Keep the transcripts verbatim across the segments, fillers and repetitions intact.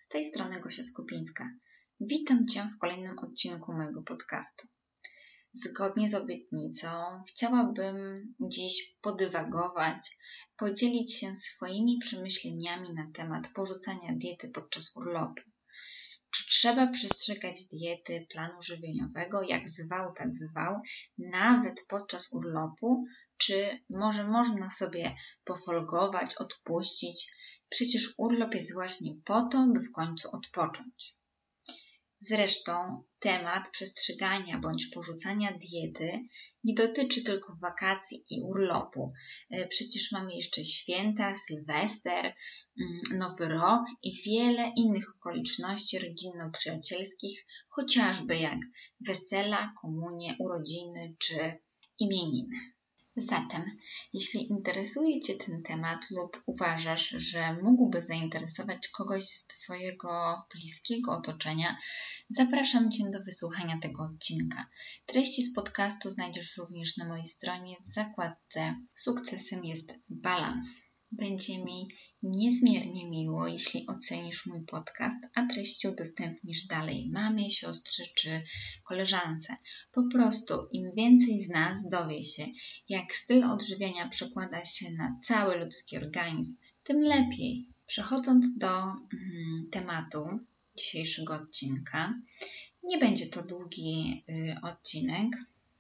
tej strony Gosia Skupińska. Witam Cię w kolejnym odcinku mojego podcastu. Zgodnie z obietnicą chciałabym dziś podywagować, podzielić się swoimi przemyśleniami na temat porzucania diety podczas urlopu. Czy trzeba przestrzegać diety, planu żywieniowego, jak zwał, tak zwał, nawet podczas urlopu, czy może można sobie pofolgować, odpuścić? Przecież urlop jest właśnie po to, by w końcu odpocząć. Zresztą temat przestrzegania bądź porzucania diety nie dotyczy tylko wakacji i urlopu. Przecież mamy jeszcze święta, Sylwester, Nowy Rok i wiele innych okoliczności rodzinno-przyjacielskich, chociażby jak wesela, komunie, urodziny czy imieniny. Zatem, jeśli interesuje Cię ten temat lub uważasz, że mógłby zainteresować kogoś z Twojego bliskiego otoczenia, zapraszam Cię do wysłuchania tego odcinka. Treści z podcastu znajdziesz również na mojej stronie w zakładce Sukcesem jest balans. Będzie mi niezmiernie miło, jeśli ocenisz mój podcast, a treści udostępnisz dalej mamie, siostrze czy koleżance. Po prostu im więcej z nas dowie się, jak styl odżywiania przekłada się na cały ludzki organizm, tym lepiej. Przechodząc do mm, tematu dzisiejszego odcinka, nie będzie to długi y, odcinek.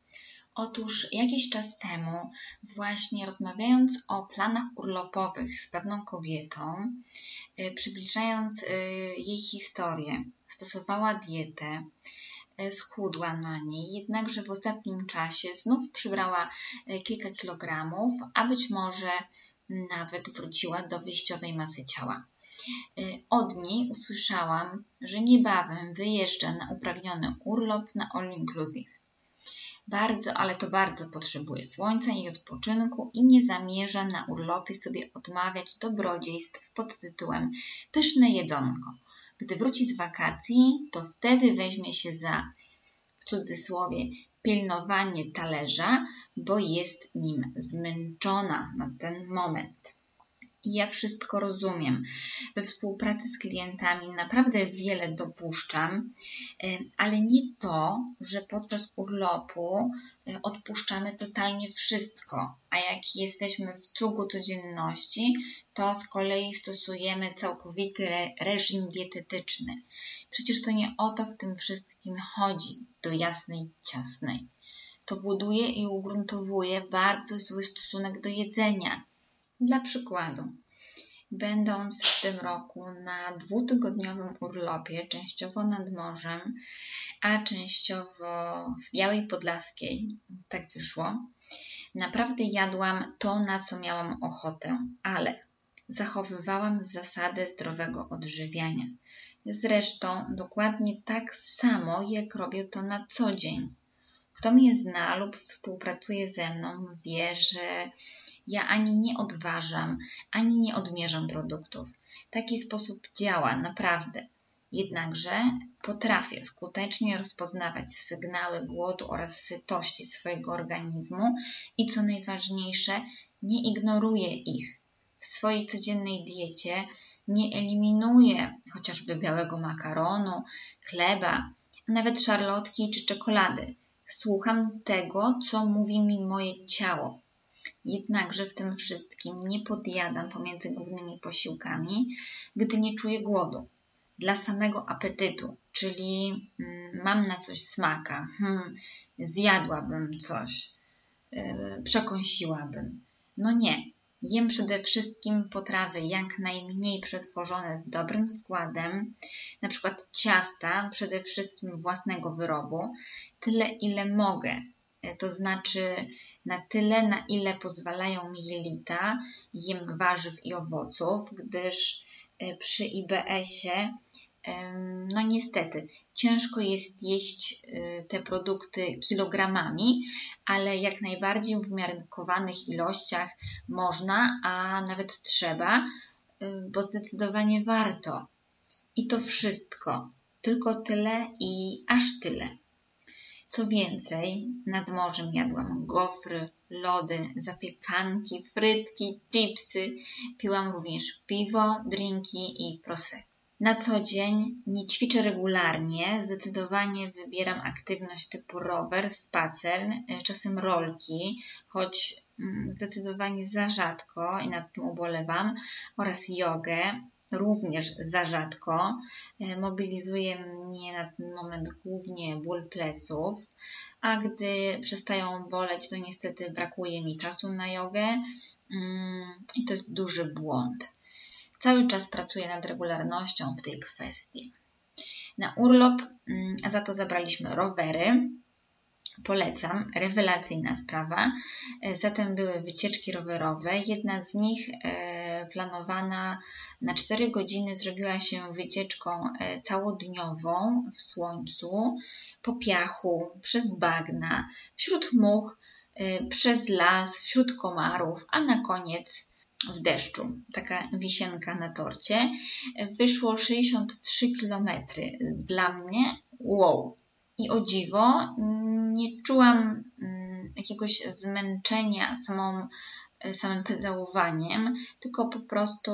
Otóż jakiś czas temu, właśnie rozmawiając o planach urlopowych z pewną kobietą, yy, przybliżając yy, jej historię, stosowała dietę, yy, schudła na niej, jednakże w ostatnim czasie znów przybrała yy, kilka kilogramów, a być może nawet wróciła do wyjściowej masy ciała. Yy, od niej usłyszałam, że niebawem wyjeżdża na upragniony urlop na all inclusive. Bardzo, ale to bardzo potrzebuje słońca i odpoczynku i nie zamierza na urlopie sobie odmawiać dobrodziejstw pod tytułem pyszne jedzonko. Gdy wróci z wakacji, to wtedy weźmie się za, w cudzysłowie, pilnowanie talerza, bo jest nim zmęczona na ten moment. I ja wszystko rozumiem. We współpracy z klientami naprawdę wiele dopuszczam, ale nie to, że podczas urlopu odpuszczamy totalnie wszystko, a jak jesteśmy w cugu codzienności, to z kolei stosujemy całkowity re- reżim dietetyczny. Przecież to nie o to w tym wszystkim chodzi, do jasnej ciasnej. To buduje i ugruntowuje bardzo zły stosunek do jedzenia. Dla przykładu, będąc w tym roku na dwutygodniowym urlopie, częściowo nad morzem, a częściowo w Białej Podlaskiej, tak wyszło, naprawdę jadłam to, na co miałam ochotę, ale zachowywałam zasadę zdrowego odżywiania. Zresztą dokładnie tak samo, jak robię to na co dzień. Kto mnie zna lub współpracuje ze mną, wie, że ja ani nie odważam, ani nie odmierzam produktów. Taki sposób działa, naprawdę. Jednakże potrafię skutecznie rozpoznawać sygnały głodu oraz sytości swojego organizmu i co najważniejsze, nie ignoruję ich. W swojej codziennej diecie nie eliminuję chociażby białego makaronu, chleba, a nawet szarlotki czy czekolady. Słucham tego, co mówi mi moje ciało. Jednakże w tym wszystkim nie podjadam pomiędzy głównymi posiłkami, gdy nie czuję głodu. Dla samego apetytu, czyli mm, mam na coś smaka, hmm, zjadłabym coś, yy, przekąsiłabym. No nie, jem przede wszystkim potrawy jak najmniej przetworzone z dobrym składem, na przykład ciasta przede wszystkim własnego wyrobu, tyle ile mogę. To znaczy na tyle, na ile pozwalają mi jelita, jem warzyw i owoców, gdyż przy I B S-ie, no niestety, ciężko jest jeść te produkty kilogramami, ale jak najbardziej w umiarkowanych ilościach można, a nawet trzeba, bo zdecydowanie warto. I to wszystko, tylko tyle i aż tyle. Co więcej, nad morzem jadłam gofry, lody, zapiekanki, frytki, chipsy. Piłam również piwo, drinki i prosecco. Na co dzień nie ćwiczę regularnie, zdecydowanie wybieram aktywność typu rower, spacer, czasem rolki, choć zdecydowanie za rzadko i nad tym ubolewam, oraz jogę, również za rzadko. Mobilizuje mnie na ten moment głównie ból pleców, a gdy przestają boleć, to niestety brakuje mi czasu na jogę i to jest duży błąd. Cały czas pracuję nad regularnością w tej kwestii. Na urlop za to zabraliśmy rowery. Polecam, rewelacyjna sprawa. Zatem były wycieczki rowerowe. Jedna z nich planowana na cztery godziny zrobiła się wycieczką całodniową w słońcu, po piachu, przez bagna, wśród much, przez las, wśród komarów, a na koniec w deszczu. Taka wisienka na torcie. Wyszło sześćdziesiąt trzy kilometry. Dla mnie wow! I o dziwo nie czułam jakiegoś zmęczenia samą, samym pedałowaniem, tylko po prostu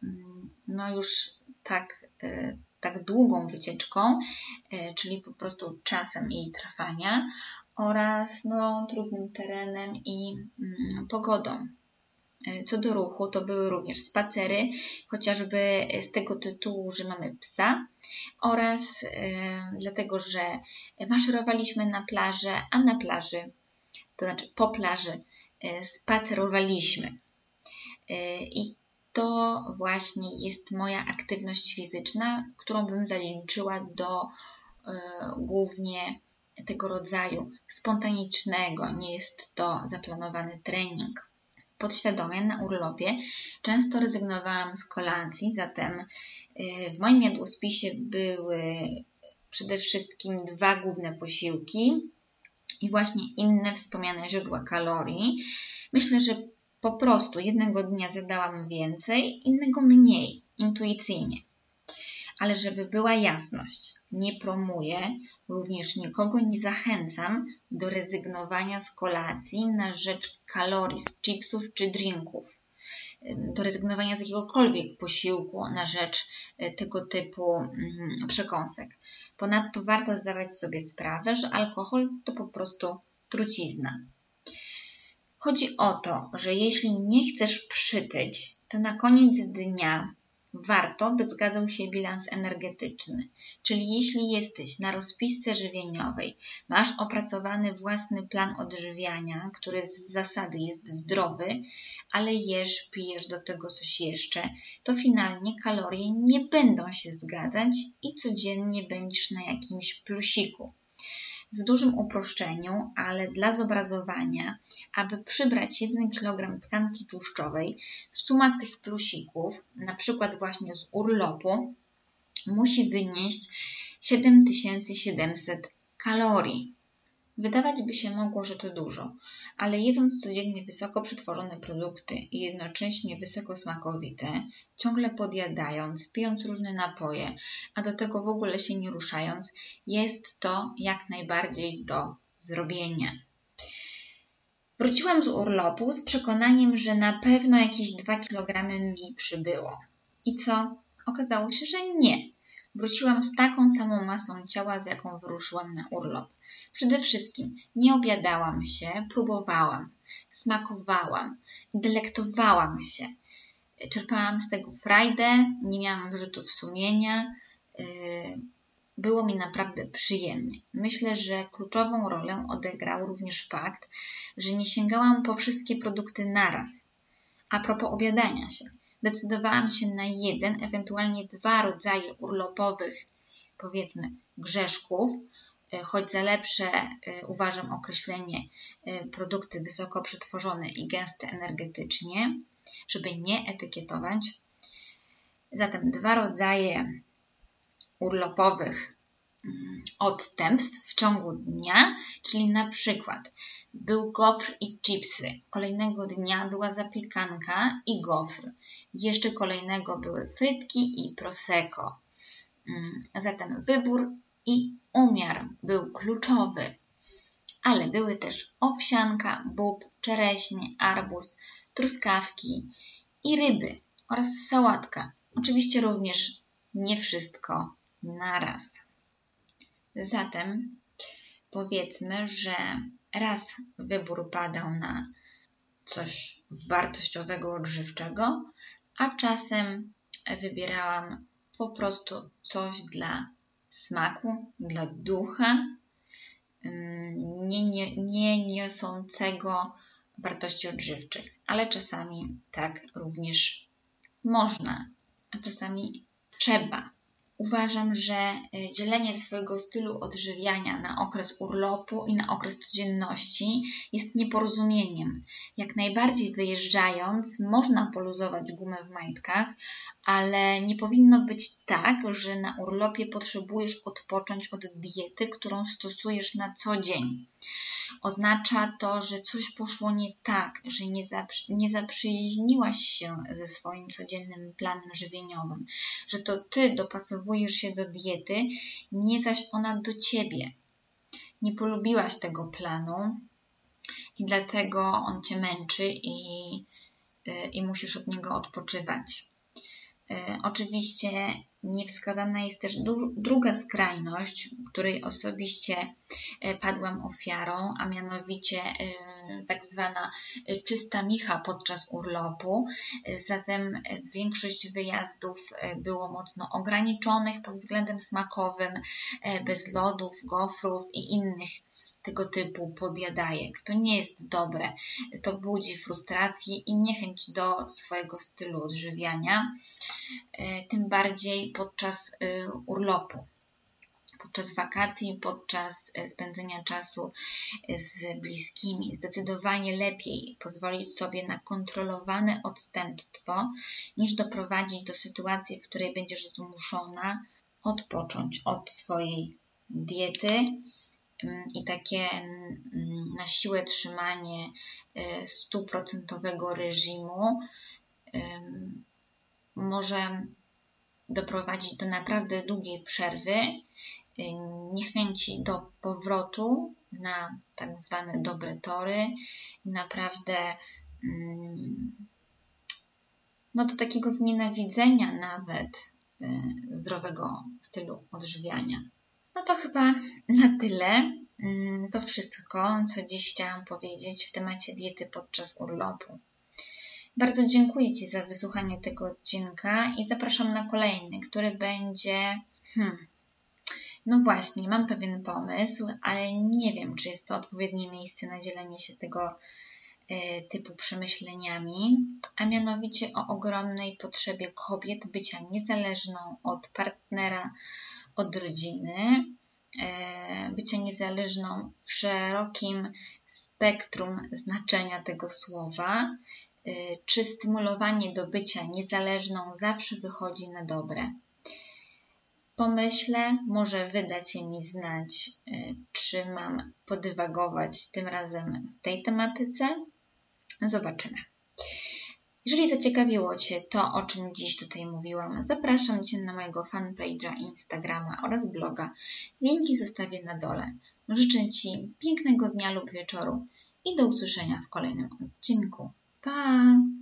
no już tak, tak długą wycieczką, czyli po prostu czasem jej trwania oraz no, trudnym terenem i pogodą. Co do ruchu, to były również spacery, chociażby z tego tytułu, że mamy psa oraz yy, dlatego, że maszerowaliśmy na plażę, a na plaży, to znaczy po plaży yy, spacerowaliśmy. Yy, I to właśnie jest moja aktywność fizyczna, którą bym zaliczyła do yy, głównie tego rodzaju spontanicznego. Nie jest to zaplanowany trening. Podświadomie na urlopie często rezygnowałam z kolacji, zatem w moim jadłospisie były przede wszystkim dwa główne posiłki i właśnie inne wspomniane źródła kalorii. Myślę, że po prostu jednego dnia zjadałam więcej, innego mniej, intuicyjnie. Ale żeby była jasność, nie promuję, również nikogo nie zachęcam do rezygnowania z kolacji na rzecz kalorii z chipsów czy drinków, do rezygnowania z jakiegokolwiek posiłku na rzecz tego typu przekąsek. Ponadto warto zdawać sobie sprawę, że alkohol to po prostu trucizna. Chodzi o to, że jeśli nie chcesz przytyć, to na koniec dnia warto, by zgadzał się bilans energetyczny. Czyli jeśli jesteś na rozpisce żywieniowej, masz opracowany własny plan odżywiania, który z zasady jest zdrowy, ale jesz, pijesz do tego coś jeszcze, to finalnie kalorie nie będą się zgadzać i codziennie będziesz na jakimś plusiku. W dużym uproszczeniu, ale dla zobrazowania, aby przybrać jeden kilogram tkanki tłuszczowej, suma tych plusików, na przykład właśnie z urlopu, musi wynieść siedem tysięcy siedemset kalorii. Wydawać by się mogło, że to dużo, ale jedząc codziennie wysoko przetworzone produkty i jednocześnie wysoko smakowite, ciągle podjadając, pijąc różne napoje, a do tego w ogóle się nie ruszając, jest to jak najbardziej do zrobienia. Wróciłam z urlopu z przekonaniem, że na pewno jakieś dwa kilogramy mi przybyło. I co? Okazało się, że nie. Wróciłam z taką samą masą ciała, z jaką wyruszyłam na urlop. Przede wszystkim nie obiadałam się, próbowałam, smakowałam, delektowałam się. Czerpałam z tego frajdę, nie miałam wyrzutów sumienia. Było mi naprawdę przyjemnie. Myślę, że kluczową rolę odegrał również fakt, że nie sięgałam po wszystkie produkty naraz. A propos obiadania się. Decydowałam się na jeden, ewentualnie dwa rodzaje urlopowych, powiedzmy, grzeszków, choć za lepsze uważam określenie produkty wysoko przetworzone i gęste energetycznie, żeby nie etykietować. Zatem dwa rodzaje urlopowych odstępstw w ciągu dnia, czyli na przykład był gofr i chipsy, kolejnego dnia była zapiekanka i gofr, jeszcze kolejnego były frytki i prosecco. Zatem wybór i umiar był kluczowy, ale były też owsianka, bób, czereśnie, arbuz, truskawki i ryby oraz sałatka. Oczywiście również nie wszystko naraz. Zatem powiedzmy, że raz wybór padał na coś wartościowego, odżywczego, a czasem wybierałam po prostu coś dla smaku, dla ducha, nie, nie, nie niosącego wartości odżywczych, ale czasami tak również można, a czasami trzeba. Uważam, że dzielenie swojego stylu odżywiania na okres urlopu i na okres codzienności jest nieporozumieniem. Jak najbardziej wyjeżdżając, można poluzować gumę w majtkach, ale nie powinno być tak, że na urlopie potrzebujesz odpocząć od diety, którą stosujesz na co dzień. Oznacza to, że coś poszło nie tak, że nie, zaprzy, nie zaprzyjaźniłaś się ze swoim codziennym planem żywieniowym, że to Ty dopasowujesz się do diety, nie zaś ona do Ciebie. Nie polubiłaś tego planu i dlatego on Cię męczy i, i musisz od niego odpoczywać. Oczywiście niewskazana jest też druga skrajność, której osobiście padłam ofiarą, a mianowicie tak zwana czysta micha podczas urlopu. Zatem większość wyjazdów było mocno ograniczonych pod względem smakowym, bez lodów, gofrów i innych tego typu podjadajek. To nie jest dobre. To budzi frustrację i niechęć do swojego stylu odżywiania, tym bardziej podczas urlopu. Podczas wakacji, podczas spędzenia czasu z bliskimi. Zdecydowanie lepiej pozwolić sobie na kontrolowane odstępstwo, niż doprowadzić do sytuacji, w której będziesz zmuszona odpocząć od swojej diety i takie na siłę trzymanie stuprocentowego reżimu może doprowadzić do naprawdę długiej przerwy, niechęci do powrotu na tak zwane dobre tory i naprawdę no do takiego znienawidzenia nawet zdrowego stylu odżywiania. No to chyba na tyle. To wszystko, co dziś chciałam powiedzieć w temacie diety podczas urlopu. Bardzo dziękuję Ci za wysłuchanie tego odcinka i zapraszam na kolejny, który będzie... Hmm, no właśnie, mam pewien pomysł, ale nie wiem, czy jest to odpowiednie miejsce na dzielenie się tego y, typu przemyśleniami, a mianowicie o ogromnej potrzebie kobiet bycia niezależną od partnera, od rodziny, y, bycia niezależną w szerokim spektrum znaczenia tego słowa, czy stymulowanie do bycia niezależną zawsze wychodzi na dobre. Pomyślę, może wydacie mi znać, czy mam podywagować tym razem w tej tematyce. Zobaczymy. Jeżeli zaciekawiło Cię to, o czym dziś tutaj mówiłam, zapraszam Cię na mojego fanpage'a, Instagrama oraz bloga. Linki zostawię na dole. Życzę Ci pięknego dnia lub wieczoru i do usłyszenia w kolejnym odcinku. Pa!